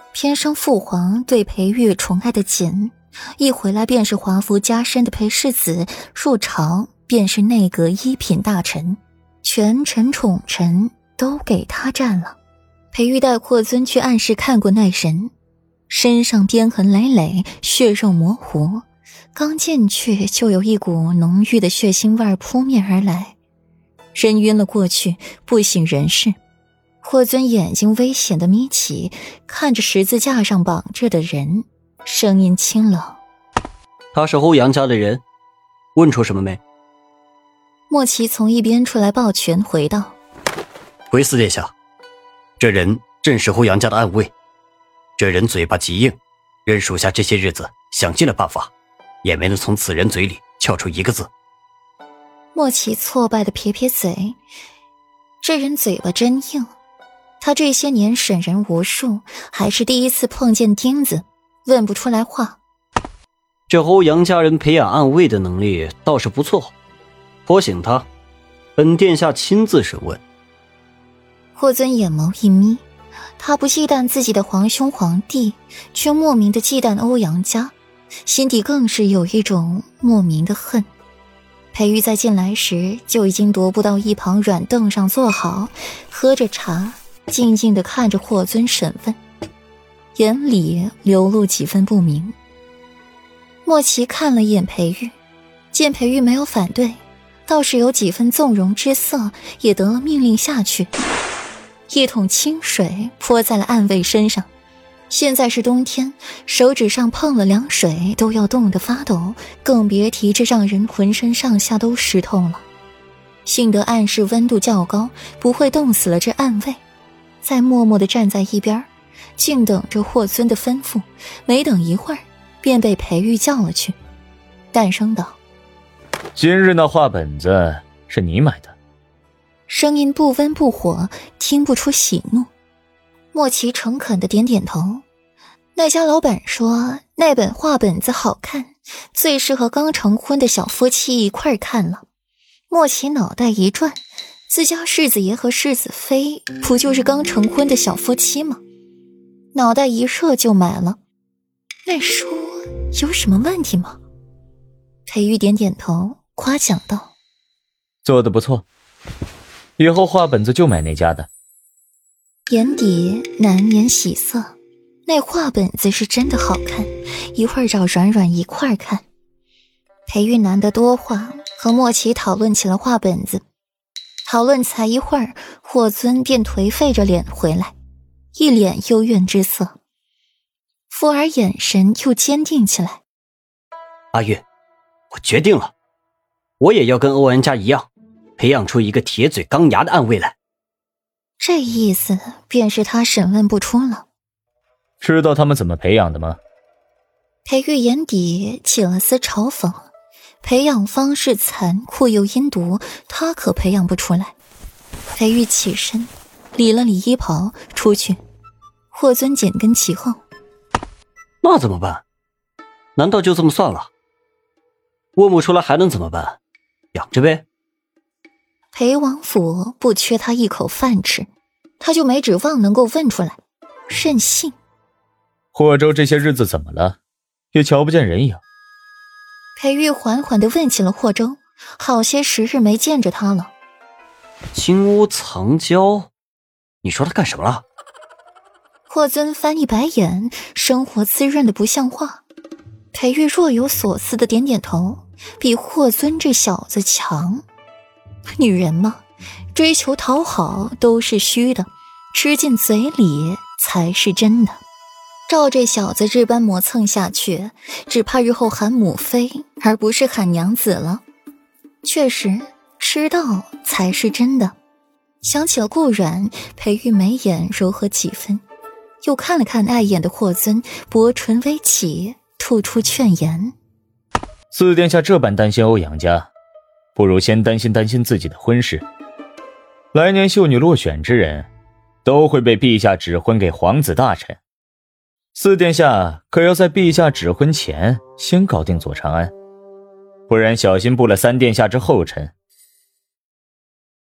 偏生父皇对裴玉宠爱的紧，一回来便是华服加身的裴世子，入朝便是内阁一品大臣，权臣宠臣都给他占了。裴玉带霍尊去暗室看过那人，身上鞭痕累累，血肉模糊，刚进去就有一股浓郁的血腥味扑面而来，人晕了过去，不省人事。霍尊眼睛危险地眯起，看着十字架上绑着的人，声音清冷： 他是欧阳家的人，问出什么没？ 莫奇从一边出来抱拳回道： 回四殿下，这人正是欧阳家的暗卫，这人嘴巴极硬，任属下这些日子想尽了办法，也没能从此人嘴里撬出一个字。 莫奇挫败地撇撇嘴，这人嘴巴真硬，他这些年审人无数，还是第一次碰见钉子，问不出来话。 这欧阳家人培养暗卫的能力倒是不错，颇醒他，本殿下亲自审问。 霍尊眼眸一眯，他不忌惮自己的皇兄皇帝，却莫名的忌惮欧阳家，心底更是有一种莫名的恨。裴玉在进来时就已经踱步到一旁软凳上坐好，喝着茶，静静地看着霍尊审问，眼里流露几分不明。莫奇看了一眼裴玉，见裴玉没有反对，倒是有几分纵容之色，也得了命令下去。一桶清水泼在了暗卫身上，现在是冬天，手指上碰了凉水都要冻得发抖，更别提这让人浑身上下都湿透了。幸得暗室温度较高，不会冻死了这暗卫，再默默地站在一边，静等着霍尊的吩咐。没等一会儿，便被裴玉叫了去，淡声道： 今日那画本子是你买的？ 声音不温不火，听不出喜怒。莫奇诚恳地点点头。那家老板说那本画本子好看，最适合刚成婚的小夫妻一块看了。莫奇脑袋一转，自家世子爷和世子妃不就是刚成婚的小夫妻吗？脑袋一热就买了。那书有什么问题吗？裴玉点点头，夸奖道： 做得不错，以后画本子就买那家的。 眼底难免喜色，那画本子是真的好看，一会儿找软软一块看。裴玉难得多话，和莫奇讨论起了画本子。讨论才一会儿，霍尊便颓废着脸回来，一脸幽怨之色，附而眼神又坚定起来。 阿玉，我决定了，我也要跟欧阳家一样，培养出一个铁嘴钢牙的暗卫来。 这意思便是他审问不出了。 知道他们怎么培养的吗？ 裴玉眼底起了丝嘲讽，培养方式残酷又阴毒，他可培养不出来。裴玉起身理了理衣袍出去，霍尊紧跟其后。 那怎么办？难道就这么算了？问不出来还能怎么办？养着呗。 裴王府不缺他一口饭吃，他就没指望能够问出来，任性。 霍州这些日子怎么了？也瞧不见人影。 裴玉缓缓地问起了霍州，好些时日没见着他了。 金屋藏娇，你说他干什么了？ 霍尊翻一白眼，生活滋润的不像话。裴玉若有所思的点点头，比霍尊这小子强。女人嘛，追求讨好都是虚的，吃进嘴里才是真的。照这小子这般磨蹭下去，只怕日后喊母妃而不是喊娘子了。确实，吃到才是真的。想起了顾阮，裴玉眉眼柔和几分，又看了看碍眼的霍尊，薄唇微起，吐出劝言： 四殿下这般担心欧阳家，不如先担心自己的婚事。来年秀女落选之人，都会被陛下指婚给皇子大臣。四殿下可要在陛下指婚前先搞定左长安，不然小心步了三殿下之后尘，